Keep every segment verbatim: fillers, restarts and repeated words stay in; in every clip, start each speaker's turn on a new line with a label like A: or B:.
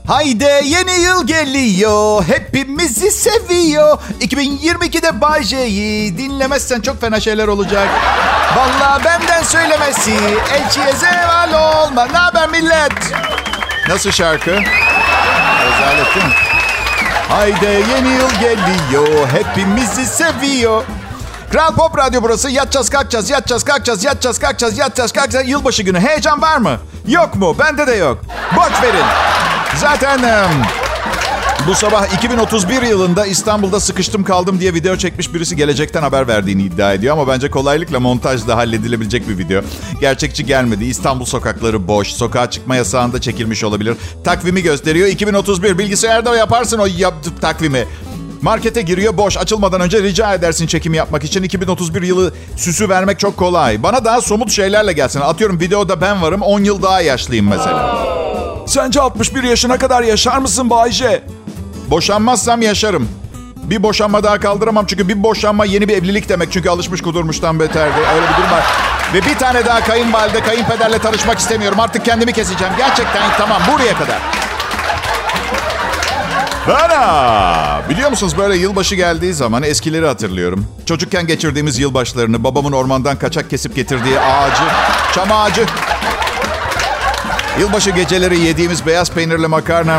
A: Haydi yeni yıl geliyor, hepimizi seviyor. iki bin yirmi ikide Bay J'yi dinlemezsen çok fena şeyler olacak. Vallahi benden söylemesi, elçiye zeval olma. Ne haber millet? Nasıl şarkı? Rezalet değil mi? Haydi yeni yıl geliyor, hepimizi seviyor. Kral Pop Radyo burası. Yatacağız kalkacağız, yatacağız kalkacağız, yatacağız kalkacağız, yatacağız kalkacağız. Yılbaşı günü. Heyecan var mı? Yok mu? Bende de yok. Boş verin. Zaten um, bu sabah iki bin otuz bir yılında İstanbul'da sıkıştım kaldım diye video çekmiş birisi gelecekten haber verdiğini iddia ediyor. Ama bence kolaylıkla montajla halledilebilecek bir video. Gerçekçi gelmedi. İstanbul sokakları boş. Sokağa çıkma yasağında çekilmiş olabilir. Takvimi gösteriyor. iki bin otuz bir bilgisayarda yaparsın o yap- takvimi. Markete giriyor boş. Açılmadan önce rica edersin çekimi yapmak için. iki bin otuz bir yılı süsü vermek çok kolay. Bana daha somut şeylerle gelsin. Atıyorum videoda ben varım. on yıl daha yaşlıyım mesela. Sence altmış bir yaşına kadar yaşar mısın Bayce? Boşanmazsam yaşarım. Bir boşanma daha kaldıramam. Çünkü bir boşanma yeni bir evlilik demek. Çünkü alışmış kudurmuştan beterdi. Öyle bir durum var. Ve bir tane daha kayınvalide, kayınpederle tanışmak istemiyorum. Artık kendimi keseceğim. Gerçekten tamam, buraya kadar. Ana! Biliyor musunuz böyle yılbaşı geldiği zaman eskileri hatırlıyorum. Çocukken geçirdiğimiz yılbaşlarını, babamın ormandan kaçak kesip getirdiği ağacı, çam ağacı. Yılbaşı geceleri yediğimiz beyaz peynirli makarna.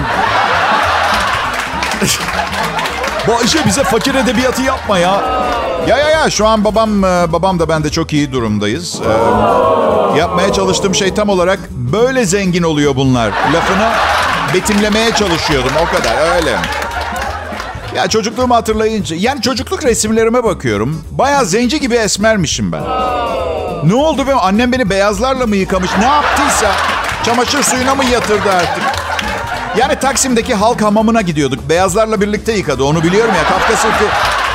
A: Bayşe bize fakir edebiyatı yapma ya. Ya ya ya şu an babam babam da ben de çok iyi durumdayız. Ee, yapmaya çalıştığım şey tam olarak böyle zengin oluyor bunlar. Lafını betimlemeye çalışıyordum o kadar öyle. Ya çocukluğumu hatırlayınca, yani çocukluk resimlerime bakıyorum. Bayağı zenci gibi esmermişim ben. Ne oldu be? Annem beni beyazlarla mı yıkamış? Ne yaptıysa çamaşır suyuna mı yatırdı artık? Yani Taksim'deki halk hamamına gidiyorduk. Beyazlarla birlikte yıkadı. Onu biliyorum ya. Kafka sırtı.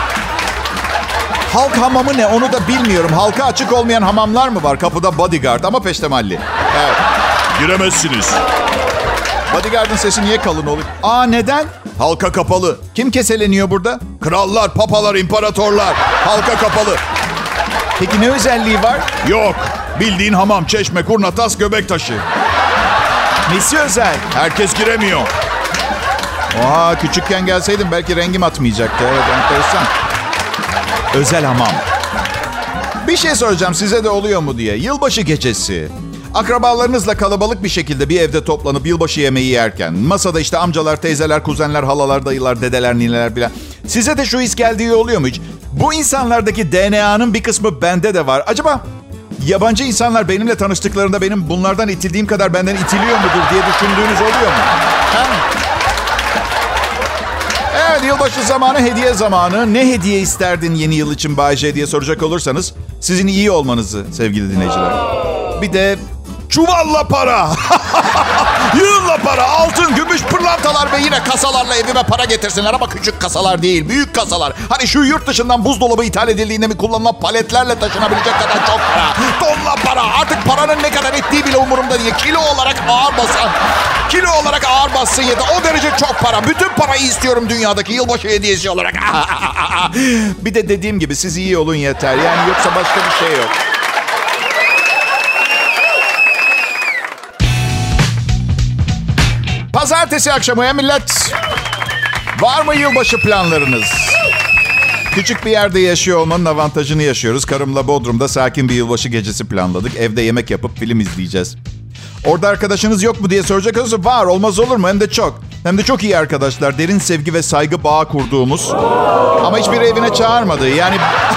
A: Halk hamamı ne? Onu da bilmiyorum. Halka açık olmayan hamamlar mı var? Kapıda bodyguard ama peştemalli. Evet. Giremezsiniz. Bodyguard'ın sesi niye kalın oluyor? Aa neden? Halka kapalı. Kim keseleniyor burada? Krallar, papalar, imparatorlar. Halka kapalı. Peki ne özelliği var? Yok. Bildiğin hamam, çeşme, kurnatas, göbek taşı. Nesi özel? Herkes giremiyor. Oha, küçükken gelseydim belki rengim atmayacaktı. Evet, enteresan. Özel hamam. Bir şey soracağım, size de oluyor mu diye. Yılbaşı gecesi. Akrabalarınızla kalabalık bir şekilde bir evde toplanıp yılbaşı yemeği yerken, masada işte amcalar, teyzeler, kuzenler, halalar, dayılar, dedeler, nineler filan. Size de şu his geldiği oluyor mu hiç? Bu insanlardaki D N A'nın bir kısmı bende de var. Acaba yabancı insanlar benimle tanıştıklarında benim bunlardan itildiğim kadar benden itiliyor mudur diye düşündüğünüz oluyor mu? Ha? Evet, yılbaşı zamanı, hediye zamanı. Ne hediye isterdin yeni yıl için Bay J diye soracak olursanız, sizin iyi olmanızı sevgili dinleyiciler. Bir de çuvalla para. Yığınla para. Altın, gümüş, pırlantalar ve yine kasalarla evime para getirsinler. Ama küçük kasalar değil, büyük kasalar. Hani şu yurt dışından buzdolabı ithal edildiğinde mi kullanılan paletlerle taşınabilecek kadar çok para. Tonla para. Artık paranın ne kadar ettiği bile umurumda değil. Kilo olarak ağır basan. Kilo olarak ağır bassın yeter. O derece çok para. Bütün parayı istiyorum dünyadaki yılbaşı hediyesi olarak. Bir de dediğim gibi siz iyi olun yeter. Yani yoksa başka bir şey yok. Pazartesi akşamı ya millet. Var mı yılbaşı planlarınız? Küçük bir yerde yaşıyor olmanın avantajını yaşıyoruz. Karımla Bodrum'da sakin bir yılbaşı gecesi planladık. Evde yemek yapıp film izleyeceğiz. Orada arkadaşınız yok mu diye soracak olursa var, olmaz olur mu? Hem de çok. Hem de çok iyi arkadaşlar. Derin sevgi ve saygı bağı kurduğumuz. Ama hiçbir evine çağırmadı. Yani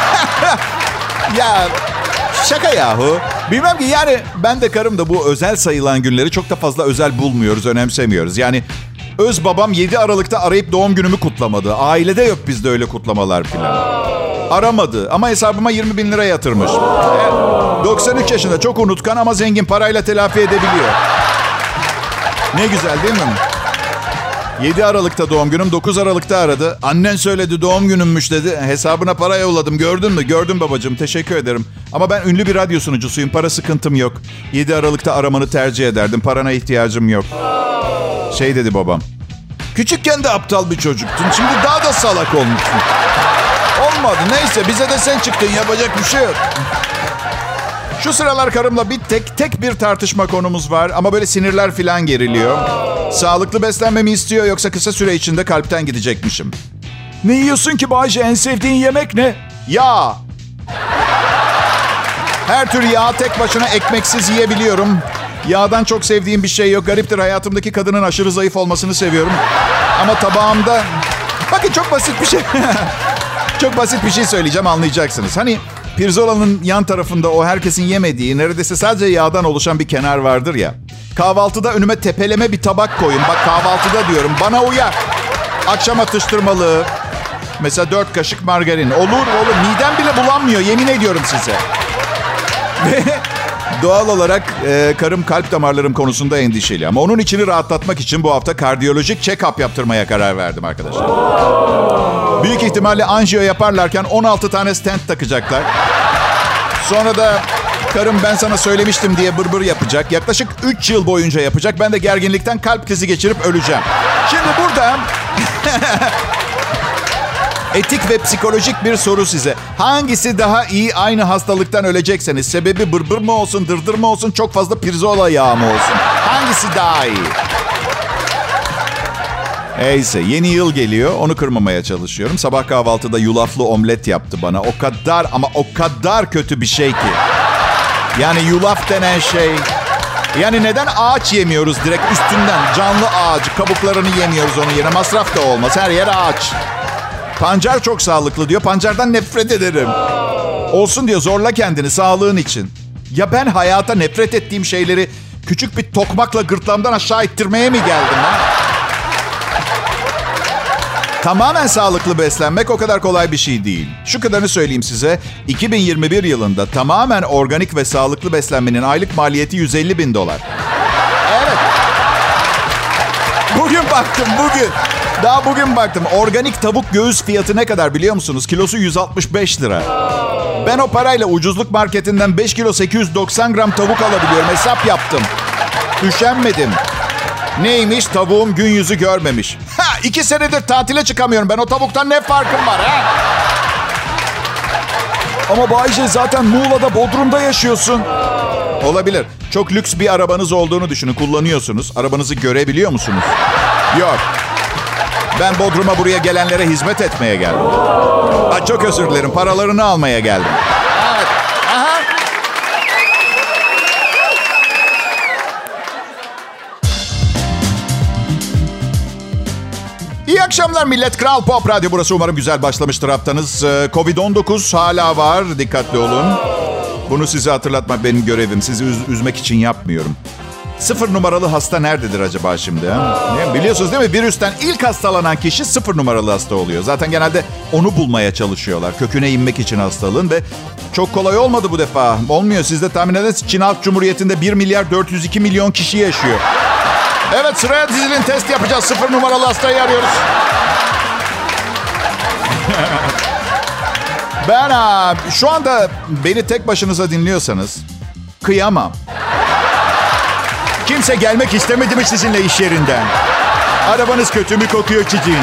A: ya şaka yahu. Bilmem ki yani ben de karım da bu özel sayılan günleri çok da fazla özel bulmuyoruz, önemsemiyoruz. Yani öz babam yedi Aralık'ta arayıp doğum günümü kutlamadı. Ailede yok bizde öyle kutlamalar falan. Aramadı ama hesabıma yirmi bin lira yatırmış. doksan üç yaşında, çok unutkan ama zengin, parayla telafi edebiliyor. Ne güzel değil mi? yedi Aralık'ta doğum günüm, dokuz Aralık'ta aradı. Annen söyledi doğum günümmüş dedi. Hesabına para yolladım, gördün mü? Gördüm babacığım, teşekkür ederim. Ama ben ünlü bir radyo sunucusuyum, para sıkıntım yok. yedi Aralık'ta aramanı tercih ederdim, parana ihtiyacım yok. Şey dedi babam. Küçükken de aptal bir çocuktun, şimdi daha da salak olmuşsun. Olmadı, neyse bize de sen çıktın, yapacak bir şey yok. Şu sıralar karımla bir tek tek bir tartışma konumuz var. Ama böyle sinirler falan geriliyor. Sağlıklı beslenmemi istiyor yoksa kısa süre içinde kalpten gidecekmişim. Ne yiyorsun ki Bayce? En sevdiğin yemek ne? Yağ. Her tür yağ tek başına ekmeksiz yiyebiliyorum. Yağdan çok sevdiğim bir şey yok. Gariptir, hayatımdaki kadının aşırı zayıf olmasını seviyorum. Ama tabağımda... Bakın çok basit bir şey. Çok basit bir şey söyleyeceğim, anlayacaksınız. Hani pirzolanın yan tarafında o herkesin yemediği, neredeyse sadece yağdan oluşan bir kenar vardır ya. Kahvaltıda önüme tepeleme bir tabak koyun. Bak, kahvaltıda diyorum, bana uyar. Akşam atıştırmalığı. Mesela dört kaşık margarin. Olur olur. Midem bile bulanmıyor. Yemin ediyorum size. Ve doğal olarak e, karım kalp damarlarım konusunda endişeli. Ama onun içini rahatlatmak için bu hafta kardiyolojik check-up yaptırmaya karar verdim arkadaşlar. Büyük ihtimalle anjiyo yaparlarken on altı tane stent takacaklar. Sonra da karım ben sana söylemiştim diye bırbır yapacak. Yaklaşık üç yıl boyunca yapacak. Ben de gerginlikten kalp krizi geçirip öleceğim. Şimdi burada... Etik ve psikolojik bir soru size. Hangisi daha iyi aynı hastalıktan ölecekseniz? Sebebi bırbır mı olsun, dırdır mı olsun, çok fazla pirzola yağı mı olsun? Hangisi daha iyi? Neyse, yeni yıl geliyor. Onu kırmamaya çalışıyorum. Sabah kahvaltıda yulaflı omlet yaptı bana. O kadar ama o kadar kötü bir şey ki. Yani yulaf denen şey... Yani neden ağaç yemiyoruz direkt üstünden? Canlı ağacı, kabuklarını yemiyoruz onun yerine. Masraf da olmaz. Her yer ağaç. Pancar çok sağlıklı diyor. Pancardan nefret ederim. Olsun diyor, zorla kendini sağlığın için. Ya ben hayata nefret ettiğim şeyleri küçük bir tokmakla gırtlağımdan aşağı ittirmeye mi geldim ha? Tamamen sağlıklı beslenmek o kadar kolay bir şey değil. Şu kadarını söyleyeyim size. iki bin yirmi bir yılında tamamen organik ve sağlıklı beslenmenin aylık maliyeti yüz elli bin dolar. Evet. Bugün baktım, bugün. Daha bugün baktım. Organik tavuk göğüs fiyatı ne kadar biliyor musunuz? Kilosu yüz altmış beş lira. Ben o parayla ucuzluk marketinden beş kilo sekiz yüz doksan gram tavuk alabiliyorum. Hesap yaptım. Üşenmedim. Neymiş? Tavuğum gün yüzü görmemiş. Ha, iki senedir tatile çıkamıyorum. Ben o tavuktan ne farkım var ha? Ama Bayce zaten Muğla'da, Bodrum'da yaşıyorsun. Olabilir. Çok lüks bir arabanız olduğunu düşünün. Kullanıyorsunuz. Arabanızı görebiliyor musunuz? Yok. Ben Bodrum'a buraya gelenlere hizmet etmeye geldim. Ha, çok özür dilerim. Paralarını almaya geldim. Evet. Aha. İyi akşamlar millet. Kral Pop Radyo burası. Umarım güzel başlamıştır haftanız. covid on dokuz hala var. Dikkatli olun. Bunu size hatırlatmak benim görevim. Sizi üz- üzmek için yapmıyorum. Sıfır numaralı hasta nerededir acaba şimdi? Ha? Ne? Biliyorsunuz değil mi? Virüsten ilk hastalanan kişi sıfır numaralı hasta oluyor. Zaten genelde onu bulmaya çalışıyorlar. Köküne inmek için hastalığın ve çok kolay olmadı bu defa. Olmuyor. Siz de tahmin edersiniz. Çin Halk Cumhuriyeti'nde bir milyar dört yüz iki milyon kişi yaşıyor. Evet, sıraya dizilin, test yapacağız. Sıfır numaralı hastayı arıyoruz. Ben ha, şu anda beni tek başınıza dinliyorsanız kıyamam. Kimse gelmek istemedi mi sizinle iş yerinden? Arabanız kötü mü kokuyor çiçeğin?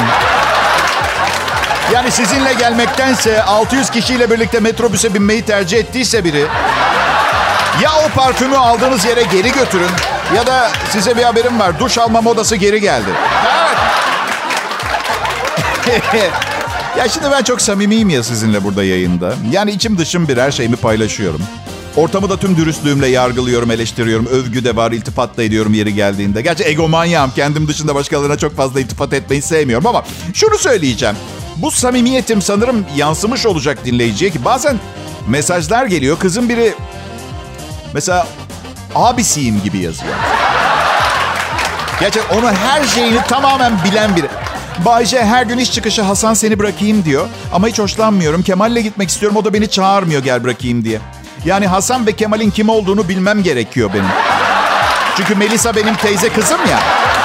A: Yani sizinle gelmektense altı yüz kişiyle birlikte metrobüse binmeyi tercih ettiyse biri... Ya o parfümü aldığınız yere geri götürün ya da size bir haberim var. Duş alma modası geri geldi. Evet. Ya şimdi ben çok samimiyim ya sizinle burada yayında. Yani içim dışım bir, her şeyimi paylaşıyorum. Ortamı da tüm dürüstlüğümle yargılıyorum, eleştiriyorum. Övgü de var, iltifat da ediyorum yeri geldiğinde. Gerçi egomanyağım. Kendim dışında başkalarına çok fazla iltifat etmeyi sevmiyorum. Ama şunu söyleyeceğim. Bu samimiyetim sanırım yansımış olacak dinleyiciye ki bazen mesajlar geliyor. Kızın biri mesela abisiyim gibi yazıyor. Gerçekten onu her şeyini tamamen bilen biri. Bayce her gün iş çıkışı Hasan seni bırakayım diyor. Ama hiç hoşlanmıyorum. Kemal'le gitmek istiyorum. O da beni çağırmıyor gel bırakayım diye. Yani Hasan ve Kemal'in kim olduğunu bilmem gerekiyor benim. Çünkü Melisa benim teyze kızım ya.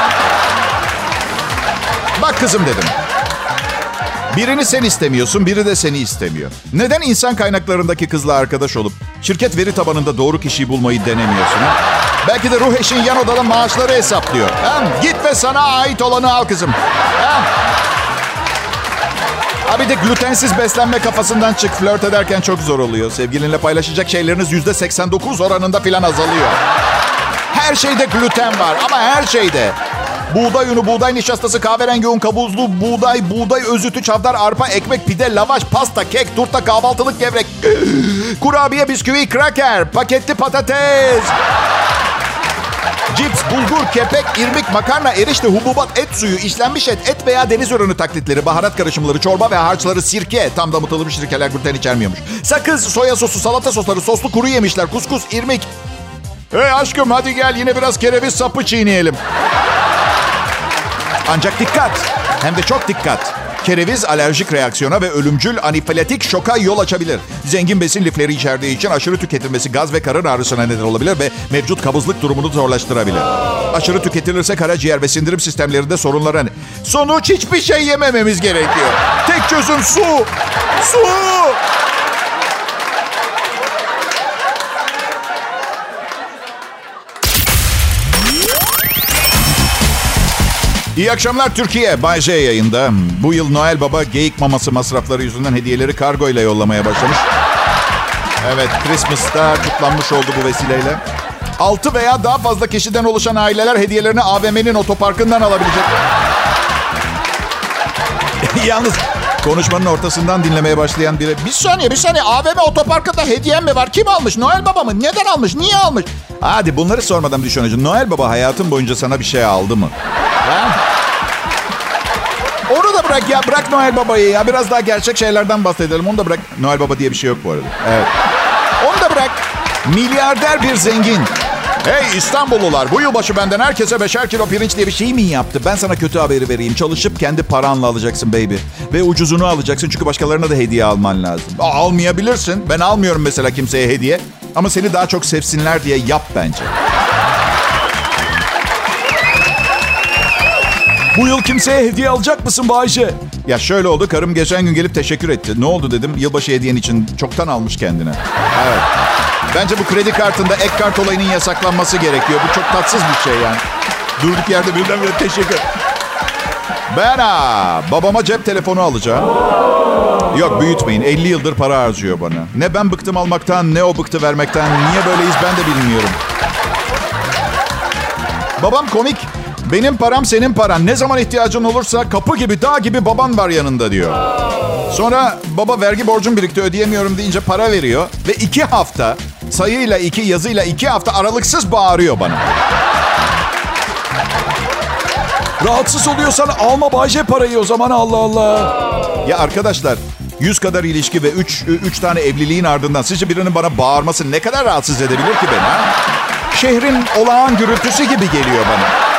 A: Bak kızım dedim. Birini sen istemiyorsun, biri de seni istemiyor. Neden insan kaynaklarındaki kızla arkadaş olup şirket veri tabanında doğru kişiyi bulmayı denemiyorsun? Ha? Belki de ruh eşin yan odada maaşları hesaplıyor. Ha? Git ve sana ait olanı al kızım. Ha? Abi de glutensiz beslenme kafasından çık. Flört ederken çok zor oluyor. Sevgilinle paylaşacak şeyleriniz yüzde seksen dokuz oranında falan azalıyor. Her şeyde gluten var ama her şeyde. Buğday unu, buğday nişastası, kahverengi un, kabuzlu buğday, buğday özütü, çavdar, arpa, ekmek, pide, lavaş, pasta, kek, turta, kahvaltılık gevrek, kurabiye, bisküvi, kraker, paketli patates, cips, bulgur, kepek, irmik, makarna, erişte, hububat, et suyu, işlenmiş et, et veya deniz ürünü taklitleri, baharat karışımları, çorba ve harçları, sirke. Tam damıtılmış sirkeler gluten içermiyormuş. Sakız, soya sosu, salata sosları, soslu kuru yemişler, kuskus, irmik. Hey aşkım hadi gel yine biraz kereviz sapı çiğneyelim. Ancak dikkat, hem de çok dikkat. Kereviz alerjik reaksiyona ve ölümcül anafilatik şoka yol açabilir. Zengin besin lifleri içerdiği için aşırı tüketilmesi gaz ve karın ağrısına neden olabilir ve mevcut kabızlık durumunu zorlaştırabilir. Aşırı tüketilirse karaciğer ve sindirim sistemlerinde sorunlara... Sonuç hiçbir şey yemememiz gerekiyor. Tek çözüm su. Su. İyi akşamlar Türkiye. Bay J yayında. Bu yıl Noel Baba geyik maması masrafları yüzünden hediyeleri kargo ile yollamaya başlamış. Evet, Christmas'ta kutlanmış oldu bu vesileyle. altı veya daha fazla kişiden oluşan aileler hediyelerini A V M'nin otoparkından alabilecek. Yalnız konuşmanın ortasından dinlemeye başlayan biri... Bir saniye, bir saniye. A V M otoparkında hediyem mi var? Kim almış? Noel Baba mı? Neden almış? Niye almış? Hadi bunları sormadan düşün önce. Noel Baba hayatın boyunca sana bir şey aldı mı? Ha? Onu da bırak ya. Bırak Noel Baba'yı ya. Biraz daha gerçek şeylerden bahsedelim. Onu da bırak. Noel Baba diye bir şey yok bu arada. Evet. Onu da bırak. Milyarder bir zengin. Hey İstanbullular, bu yılbaşı benden herkese beşer kilo pirinç diye bir şey mi yaptı? Ben sana kötü haberi vereyim. Çalışıp kendi paranla alacaksın baby. Ve ucuzunu alacaksın çünkü başkalarına da hediye alman lazım. Aa, almayabilirsin. Ben almıyorum mesela kimseye hediye. Ama seni daha çok sevsinler diye yap bence. Bu yıl kimseye hediye alacak mısın Bayce? Ya şöyle oldu, karım geçen gün gelip teşekkür etti. Ne oldu dedim, yılbaşı hediyen için çoktan almış kendine. Evet. Bence bu kredi kartında ek kart olayının yasaklanması gerekiyor. Bu çok tatsız bir şey yani. Durduk yerde birdenbire teşekkür. Ben ha, babama cep telefonu alacağım. Yok büyütmeyin, elli yıldır para harcıyor bana. Ne ben bıktım almaktan, ne o bıktı vermekten. Niye böyleyiz ben de bilmiyorum. Babam komik. Benim param senin paran. Ne zaman ihtiyacın olursa kapı gibi, dağ gibi baban var yanında diyor. Sonra baba vergi borcum birikti ödeyemiyorum deyince para veriyor. Ve iki hafta sayıyla iki, yazıyla iki hafta aralıksız bağırıyor bana. Rahatsız oluyorsan alma Bayce parayı o zaman, Allah Allah. Ya arkadaşlar, yüz kadar ilişki ve üç, üç tane evliliğin ardından sizce birinin bana bağırması ne kadar rahatsız edebilir ki beni ha? Şehrin olağan gürültüsü gibi geliyor bana.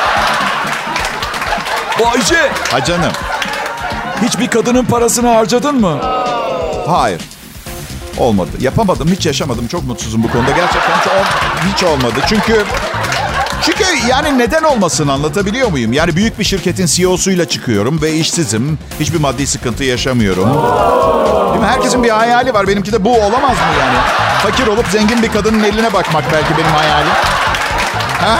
A: Bayce. Ha canım. Hiçbir kadının parasını harcadın mı? Hayır. Olmadı. Yapamadım. Hiç yaşamadım. Çok mutsuzum bu konuda. Gerçekten hiç, ol- hiç olmadı. Çünkü... Çünkü yani neden olmasın, anlatabiliyor muyum? Yani büyük bir şirketin C E O'suyla çıkıyorum ve işsizim. Hiçbir maddi sıkıntı yaşamıyorum. Değil mi? Herkesin bir hayali var. Benimki de bu olamaz mı yani? Fakir olup zengin bir kadının eline bakmak belki benim hayalim. Ha?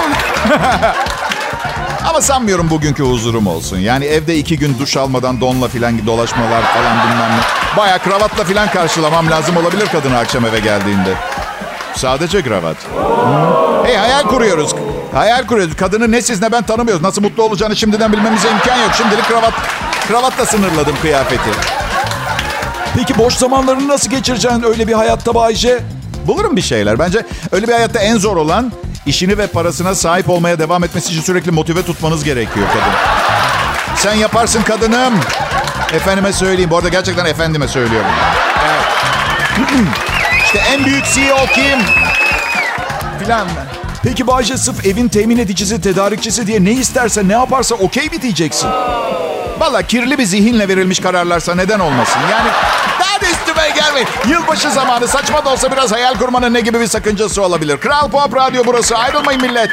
A: Ama sanmıyorum bugünkü huzurum olsun. Yani evde iki gün duş almadan donla filan dolaşmalar falan bilmem ne. Bayağı kravatla filan karşılamam lazım olabilir kadını akşam eve geldiğinde. Sadece kravat. Hmm. Hey hayal kuruyoruz. Hayal kuruyoruz. Kadını ne siz ne ben tanımıyoruz. Nasıl mutlu olacağını şimdiden bilmemize imkan yok. Şimdilik kravat, kravatla sınırladım kıyafeti. Peki boş zamanlarını nasıl geçireceksin öyle bir hayatta Bayce? Bulurum bir şeyler. Bence öyle bir hayatta en zor olan... İşini ve parasına sahip olmaya devam etmesi için sürekli motive tutmanız gerekiyor kadın. Sen yaparsın kadınım. Efendime söyleyeyim. Bu arada gerçekten efendime söylüyorum. Evet. İşte en büyük C E O kim? Filan. Peki Bayce sırf evin temin edicisi, tedarikçisi diye ne isterse, ne yaparsa okey mi diyeceksin? Valla kirli bir zihinle verilmiş kararlarsa neden olmasın? Yani daha da üstüme gelmeyin. Yılbaşı zamanı saçma da olsa biraz hayal kurmanın ne gibi bir sakıncası olabilir? Kral Pop Radyo burası. Ayrılmayın millet.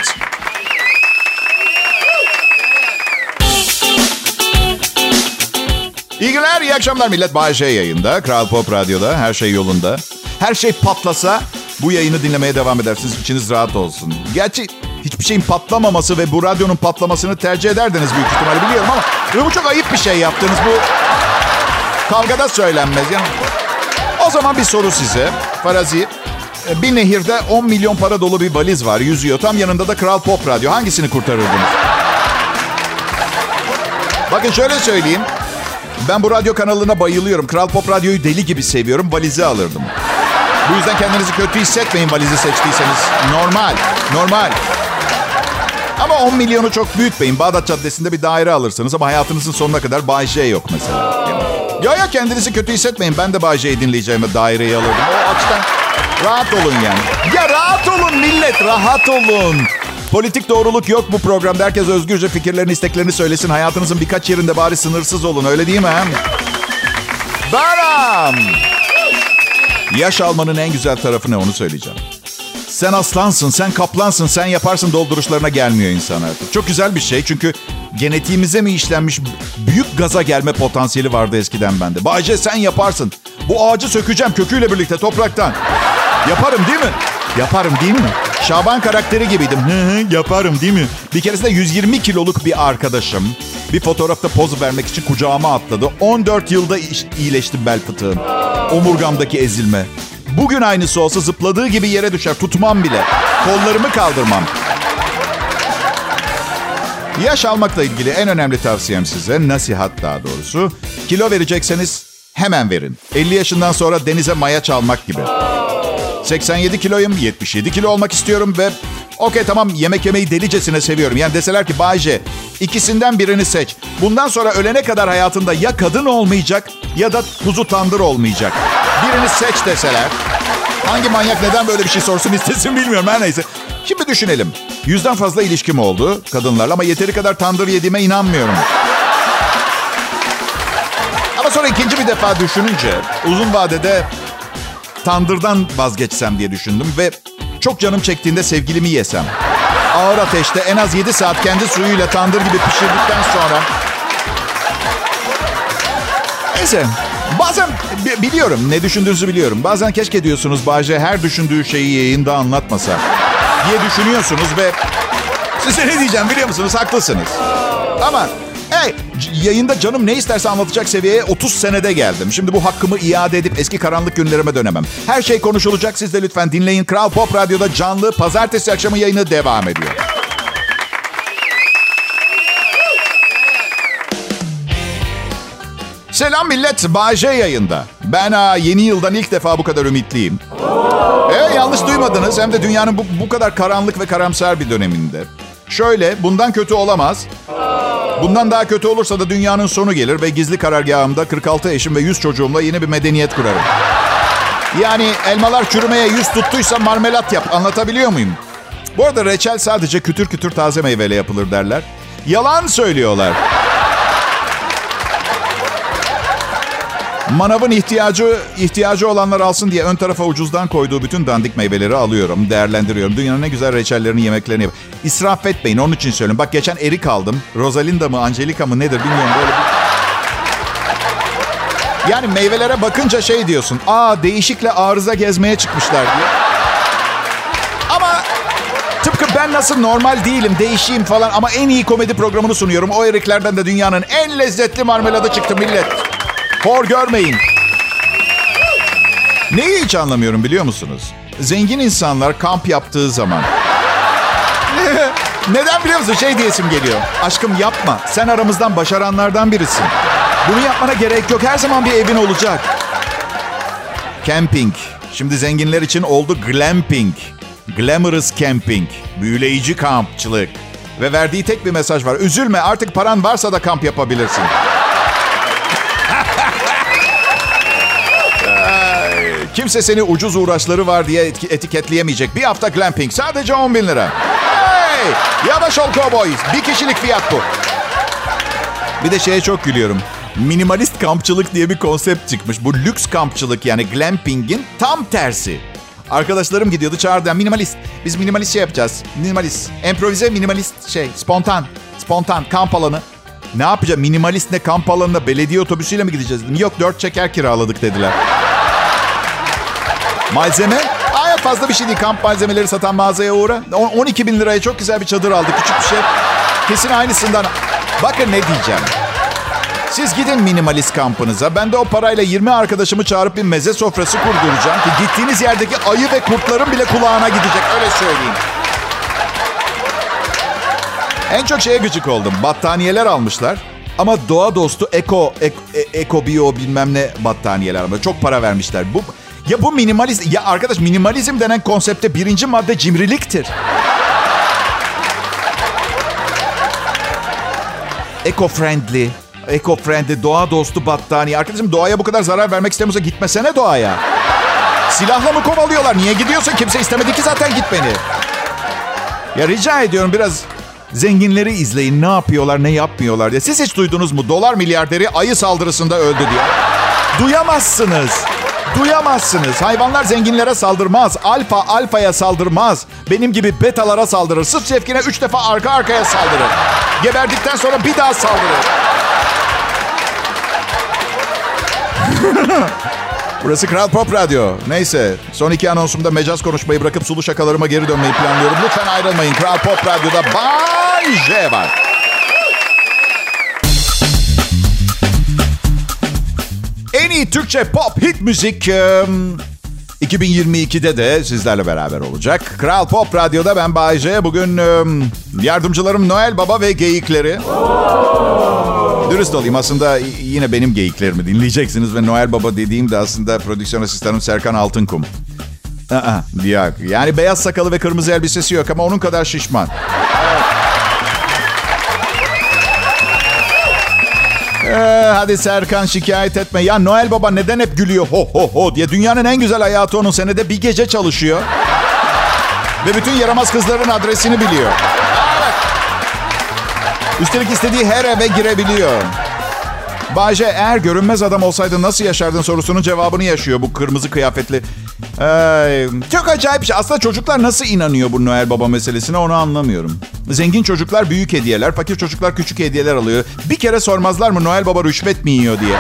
A: İyi günler, iyi akşamlar millet. Bay J yayında. Kral Pop Radyo'da. Her şey yolunda. Her şey patlasa bu yayını dinlemeye devam edersiniz. İçiniz rahat olsun. Gerçi hiçbir şeyin patlamaması ve bu radyonun patlamasını tercih ederdiniz büyük ihtimalle biliyorum ama bu çok ayıp bir şey yaptınız. Bu Kavgada söylenmez. Yani. O zaman bir soru size. Farazi. Bir nehirde on milyon para dolu bir valiz var. Yüzüyor. Tam yanında da Kral Pop Radyo. Hangisini kurtarırdınız? Bakın şöyle söyleyeyim. Ben bu radyo kanalına bayılıyorum. Kral Pop Radyo'yu deli gibi seviyorum. Valizi alırdım. Bu yüzden kendinizi kötü hissetmeyin valizi seçtiyseniz. Normal. Normal. Ama on milyonu çok büyütmeyin. Bağdat Caddesi'nde bir daire alırsınız ama hayatınızın sonuna kadar Bay J yok mesela. Ya ya kendinizi kötü hissetmeyin. Ben de Bay J'yi dinleyeceğime daireyi alırdım. O açıdan rahat olun yani. Ya rahat olun millet, rahat olun. Politik doğruluk yok bu programda. Herkes özgürce fikirlerini, isteklerini söylesin. Hayatınızın birkaç yerinde bari sınırsız olun. Öyle değil mi? He? Baram. Yaş almanın en güzel tarafı ne onu söyleyeceğim. Sen aslansın, sen kaplansın, sen yaparsın dolduruşlarına gelmiyor insan artık. Çok güzel bir şey çünkü genetiğimize mi işlenmiş büyük gaza gelme potansiyeli vardı eskiden bende. Bayce sen yaparsın. Bu ağacı sökeceğim köküyle birlikte topraktan. Yaparım değil mi? Yaparım değil mi? Şaban karakteri gibiydim. Hı hı, yaparım değil mi? Bir keresinde yüz yirmi kiloluk bir arkadaşım bir fotoğrafta poz vermek için kucağıma atladı. on dört yılda iyileştim bel fıtığım. Omurgamdaki ezilme. Bugün aynısı olsa zıpladığı gibi yere düşer. Tutmam bile. Kollarımı kaldırmam. Yaş almakla ilgili en önemli tavsiyem size, nasihat daha doğrusu. Kilo verecekseniz hemen verin. elli yaşından sonra denize maya çalmak gibi. seksen yedi kiloyum, yetmiş yedi kilo olmak istiyorum ve okey tamam yemek yemeyi delicesine seviyorum. Yani deseler ki Bayce ikisinden birini seç. Bundan sonra ölene kadar hayatında ya kadın olmayacak ya da kuzu tandır olmayacak. Birini seç deseler. Hangi manyak neden böyle bir şey sorsun istesin bilmiyorum her neyse. Şimdi düşünelim. Yüzden fazla ilişkim oldu kadınlarla ama yeteri kadar tandır yediğime inanmıyorum. Ama sonra ikinci bir defa düşününce uzun vadede tandırdan vazgeçsem diye düşündüm ve çok canım çektiğinde sevgilimi yesem. Ağır ateşte en az yedi saat kendi suyuyla tandır gibi pişirdikten sonra... Neyse. Bazen biliyorum, ne düşündüğünüzü biliyorum. Bazen keşke diyorsunuz Bahçe her düşündüğü şeyi yayında anlatmasa diye düşünüyorsunuz ve size ne diyeceğim biliyor musunuz? Haklısınız. Ama hey, yayında canım ne isterse anlatacak seviyeye otuz senede geldim. Şimdi bu hakkımı iade edip eski karanlık günlerime dönemem. Her şey konuşulacak. Siz de lütfen dinleyin. Kral Pop Radyo'da canlı pazartesi akşamı yayını devam ediyor. Selam millet, Bayce yayında. Ben ha, yeni yıldan ilk defa bu kadar ümitliyim. Evet, yanlış duymadınız. Hem de dünyanın bu, bu kadar karanlık ve karamsar bir döneminde. Şöyle, bundan kötü olamaz. Bundan daha kötü olursa da dünyanın sonu gelir ve gizli karargahımda kırk altı eşim ve yüz çocuğumla yeni bir medeniyet kurarım. Yani elmalar çürümeye yüz tuttuysa marmelat yap. Anlatabiliyor muyum? Bu arada reçel sadece kütür kütür taze meyveyle yapılır derler. Yalan söylüyorlar. Manavın ihtiyacı ihtiyacı olanlar alsın diye ön tarafa ucuzdan koyduğu bütün dandik meyveleri alıyorum, değerlendiriyorum. Dünyanın ne güzel reçellerini, yemeklerini yap. İsraf etmeyin, onun için söylüyorum. Bak geçen erik aldım. Rosalinda mı, Angelica mı nedir bilmiyorum. Böyle bir... Yani meyvelere bakınca şey diyorsun. Aa değişikle arıza gezmeye çıkmışlar diye. Ama tıpkı ben nasıl normal değilim, değişiyim falan ama en iyi komedi programını sunuyorum. O eriklerden de dünyanın en lezzetli marmeladı çıktı millet. Hor görmeyin. Neyi hiç anlamıyorum biliyor musunuz? Zengin insanlar kamp yaptığı zaman. Neden biliyor musun? Şey diyesim geliyor. Aşkım yapma. Sen aramızdan başaranlardan birisin. Bunu yapmana gerek yok. Her zaman bir evin olacak. Camping. Şimdi zenginler için oldu glamping. Glamorous camping. Büyüleyici kampçılık. Ve verdiği tek bir mesaj var. Üzülme, artık paran varsa da kamp yapabilirsin. Kimse seni ucuz uğraşları var diye etiketleyemeyecek. Bir hafta glamping sadece on bin lira. Hey! Yavaş ol cowboy. Bir kişilik fiyat bu. Bir de şeye çok gülüyorum. Minimalist kampçılık diye bir konsept çıkmış. Bu lüks kampçılık yani glampingin tam tersi. Arkadaşlarım gidiyordu çağırdı. Minimalist. Biz minimalist şey yapacağız. Minimalist. Improvize minimalist şey. Spontan. Spontan kamp alanı. Ne yapacağım? Minimalist ne kamp alanına belediye otobüsüyle mi gideceğiz dedim. Yok dört çeker kiraladık dediler. Malzeme? Hayır fazla bir şey değil. Kamp malzemeleri satan mağazaya uğra. on iki bin liraya çok güzel bir çadır aldık. Küçük bir şey. Kesin aynısından. Bakın ne diyeceğim. Siz gidin minimalist kampınıza. Ben de o parayla yirmi arkadaşımı çağırıp bir meze sofrası kurduracağım ki gittiğiniz yerdeki ayı ve kurtların bile kulağına gidecek. Öyle söyleyeyim. En çok şeye gıcık oldum. Battaniyeler almışlar. Ama doğa dostu eko, eko, eko bio bilmem ne battaniyeler. Çok para vermişler. Bu, ya bu minimalist... Ya arkadaş, minimalizm denen konsepte birinci madde cimriliktir. Eco-friendly, eco-friendly, doğa dostu battaniye. Arkadaşım, doğaya bu kadar zarar vermek istemiyorsa gitmesene doğaya. Silahla mı kovalıyorlar? Niye gidiyorsun? Kimse istemedi ki zaten gitmeni. Ya rica ediyorum biraz zenginleri izleyin. Ne yapıyorlar, ne yapmıyorlar diye. Siz hiç duydunuz mu? Dolar milyarderi ayı saldırısında öldü diye. Duyamazsınız. Duyamazsınız. Hayvanlar zenginlere saldırmaz. Alfa alfaya saldırmaz. Benim gibi betalara saldırır. Sırf şefkine üç defa arka arkaya saldırır. Geberdikten sonra bir daha saldırır. Burası Kral Pop Radyo. Neyse, son iki anonsumda mecaz konuşmayı bırakıp sulu şakalarıma geri dönmeyi planlıyorum. Lütfen ayrılmayın. Kral Pop Radyo'da Bay J var. En iyi Türkçe pop hit müzik iki bin yirmi ikide de sizlerle beraber olacak. Kral Pop Radyo'da ben Bay J. Bugün yardımcılarım Noel Baba ve geyikleri. Dürüst olayım, aslında yine benim geyiklerimi dinleyeceksiniz ve Noel Baba dediğimde aslında prodüksiyon asistanım Serkan Altınkum. Aa, yok. Yani beyaz sakalı ve kırmızı elbisesi yok ama onun kadar şişman. Ee, hadi Serkan, şikayet etme. Ya Noel Baba neden hep gülüyor ho ho ho diye? Dünyanın en güzel hayatı onun, senede bir gece çalışıyor. Ve bütün yaramaz kızların adresini biliyor. Üstelik istediği her eve girebiliyor. Bayce, eğer görünmez adam olsaydın nasıl yaşardın sorusunun cevabını yaşıyor bu kırmızı kıyafetli. Ee, çok acayip bir şey. Aslında çocuklar nasıl inanıyor bu Noel Baba meselesine, onu anlamıyorum. Zengin çocuklar büyük hediyeler, fakir çocuklar küçük hediyeler alıyor. Bir kere sormazlar mı Noel Baba rüşvet mi yiyor diye?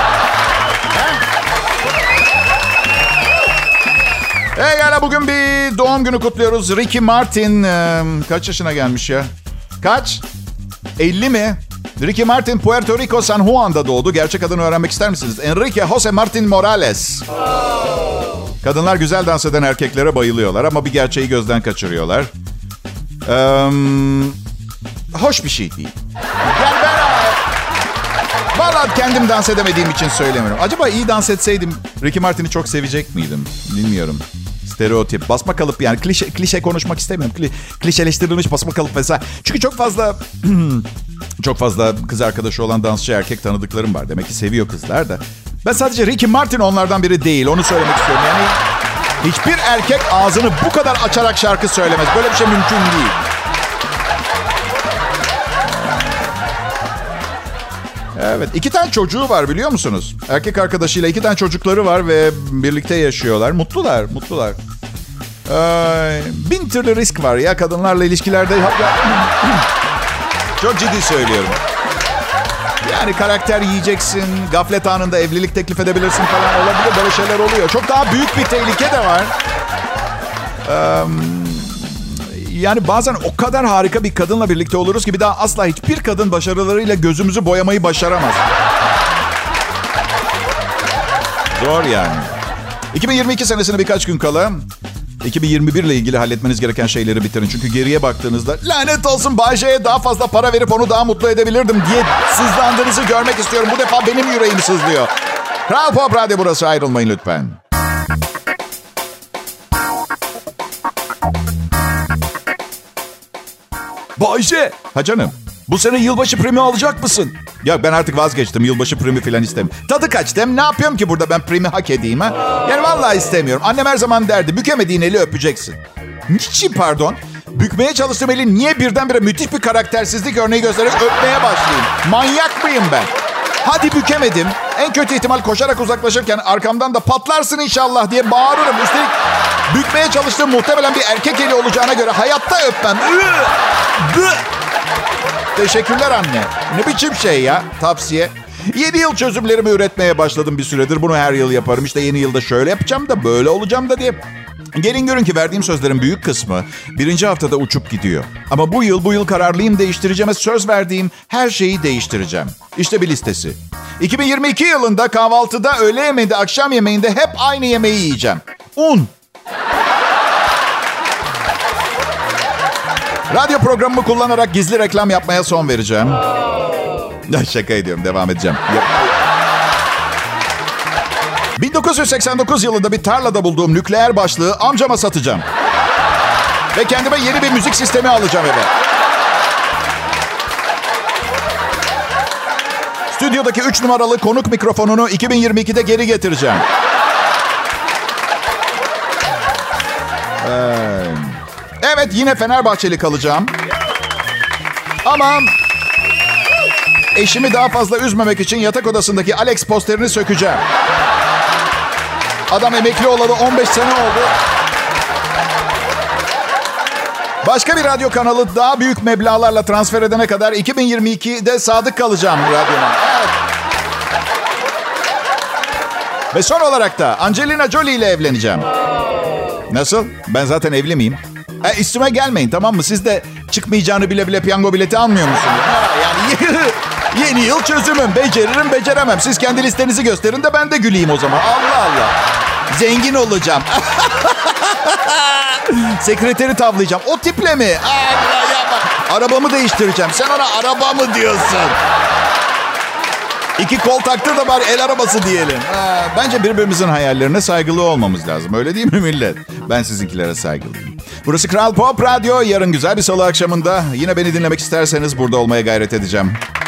A: Hey gala, bugün bir doğum günü kutluyoruz. Ricky Martin e, kaç yaşına gelmiş ya? Kaç? elli mi? Ricky Martin Puerto Rico, San Juan'da doğdu. Gerçek adını öğrenmek ister misiniz? Enrique Jose Martin Morales. Kadınlar güzel dans eden erkeklere bayılıyorlar ama bir gerçeği gözden kaçırıyorlar. Ee, hoş bir şey değil. Yani ben... Vallahi kendim dans edemediğim için söylemiyorum. Acaba iyi dans etseydim Ricky Martin'i çok sevecek miydim? Bilmiyorum. Stereotip, basma kalıp, yani klişe, klişe konuşmak istemiyorum. Kli, klişeleştirilmiş basma kalıp vesaire. Çünkü çok fazla çok fazla kız arkadaşı olan dansçı erkek tanıdıklarım var. Demek ki seviyor kızlar da. Ben sadece Ricky Martin onlardan biri değil. Onu söylemek istiyorum. Yani hiçbir erkek ağzını bu kadar açarak şarkı söylemez. Böyle bir şey mümkün değil. Evet, iki tane çocuğu var biliyor musunuz? Erkek arkadaşıyla iki tane çocukları var ve birlikte yaşıyorlar. Mutlular, mutlular. Ee, bin türlü risk var ya kadınlarla ilişkilerde. Çok ciddi söylüyorum. Yani karakter yiyeceksin, gaflet anında evlilik teklif edebilirsin falan, olabilir. Böyle şeyler oluyor. Çok daha büyük bir tehlike de var. Ee, Yani bazen o kadar harika bir kadınla birlikte oluruz ki bir daha asla hiçbir kadın başarılarıyla gözümüzü boyamayı başaramaz. Zor yani. iki bin yirmi iki senesine birkaç gün kala iki bin yirmi bir ile ilgili halletmeniz gereken şeyleri bitirin. Çünkü geriye baktığınızda lanet olsun Bay J'ye daha fazla para verip onu daha mutlu edebilirdim diye sızlandığınızı görmek istiyorum. Bu defa benim yüreğim sızlıyor. Kral Pop Radyo burası, ayrılmayın lütfen. Bayce. Ha canım. Bu sene yılbaşı primi alacak mısın? Ya ben artık vazgeçtim. Yılbaşı primi falan istemiyorum. Tadı kaçtı. Hem ne yapıyorum ki burada ben primi hak edeyim ha? Yani vallahi istemiyorum. Annem her zaman derdi, bükemediğin eli öpeceksin. Niçin pardon? Bükmeye çalıştığım eli niye birdenbire müthiş bir karaktersizlik örneği göstererek öpmeye başlayayım? Manyak mıyım ben? Hadi bükemedim. En kötü ihtimal koşarak uzaklaşırken arkamdan da patlarsın inşallah diye bağırırım. Üstelik bükmeye çalıştığım muhtemelen bir erkek eli olacağına göre hayatta öpmem. Teşekkürler anne. Ne biçim şey ya, tavsiye. Yeni yıl çözümlerimi üretmeye başladım bir süredir. Bunu her yıl yaparım. İşte yeni yılda şöyle yapacağım da böyle olacağım da diye. Gelin görün ki verdiğim sözlerin büyük kısmı birinci haftada uçup gidiyor. Ama bu yıl, bu yıl kararlıyım, değiştireceğime söz verdiğim her şeyi değiştireceğim. İşte bir listesi. iki bin yirmi iki yılında kahvaltıda, öğle yemeğinde, akşam yemeğinde hep aynı yemeği yiyeceğim. Un. Radyo programımı kullanarak gizli reklam yapmaya son vereceğim. Şaka ediyorum, devam edeceğim. bin dokuz yüz seksen dokuz yılında bir tarlada bulduğum nükleer başlığı amcama satacağım. Ve kendime yeni bir müzik sistemi alacağım eve. Stüdyodaki üç numaralı konuk mikrofonunu iki bin yirmi ikide geri getireceğim. Ee, evet, yine Fenerbahçeli kalacağım. Ama eşimi daha fazla üzmemek için yatak odasındaki Alex posterini sökeceğim. Adam emekli olalı on beş sene oldu. Başka bir radyo kanalı daha büyük meblağlarla transfer edene kadar iki bin yirmi ikide sadık kalacağım radyoma. Evet. Ve son olarak da Angelina Jolie ile evleneceğim. Nasıl? Ben zaten evli miyim? E, üstüme gelmeyin, tamam mı? Siz de çıkmayacağını bile bile piyango bileti almıyor musunuz? Ha, yani yeni yıl çözümüm. Beceririm, beceremem. Siz kendi listenizi gösterin de ben de güleyim o zaman. Allah Allah. Zengin olacağım. Sekreteri tavlayacağım. O tiple mi? Allah yapma. Arabamı değiştireceğim. Sen ona araba mı diyorsun? İki kol taktır da bari el arabası diyelim. Ha, bence birbirimizin hayallerine saygılı olmamız lazım. Öyle değil mi millet? Ben sizinkilere saygılıyım. Burası Kral Pop Radyo. Yarın güzel bir salı akşamında. Yine beni dinlemek isterseniz burada olmaya gayret edeceğim.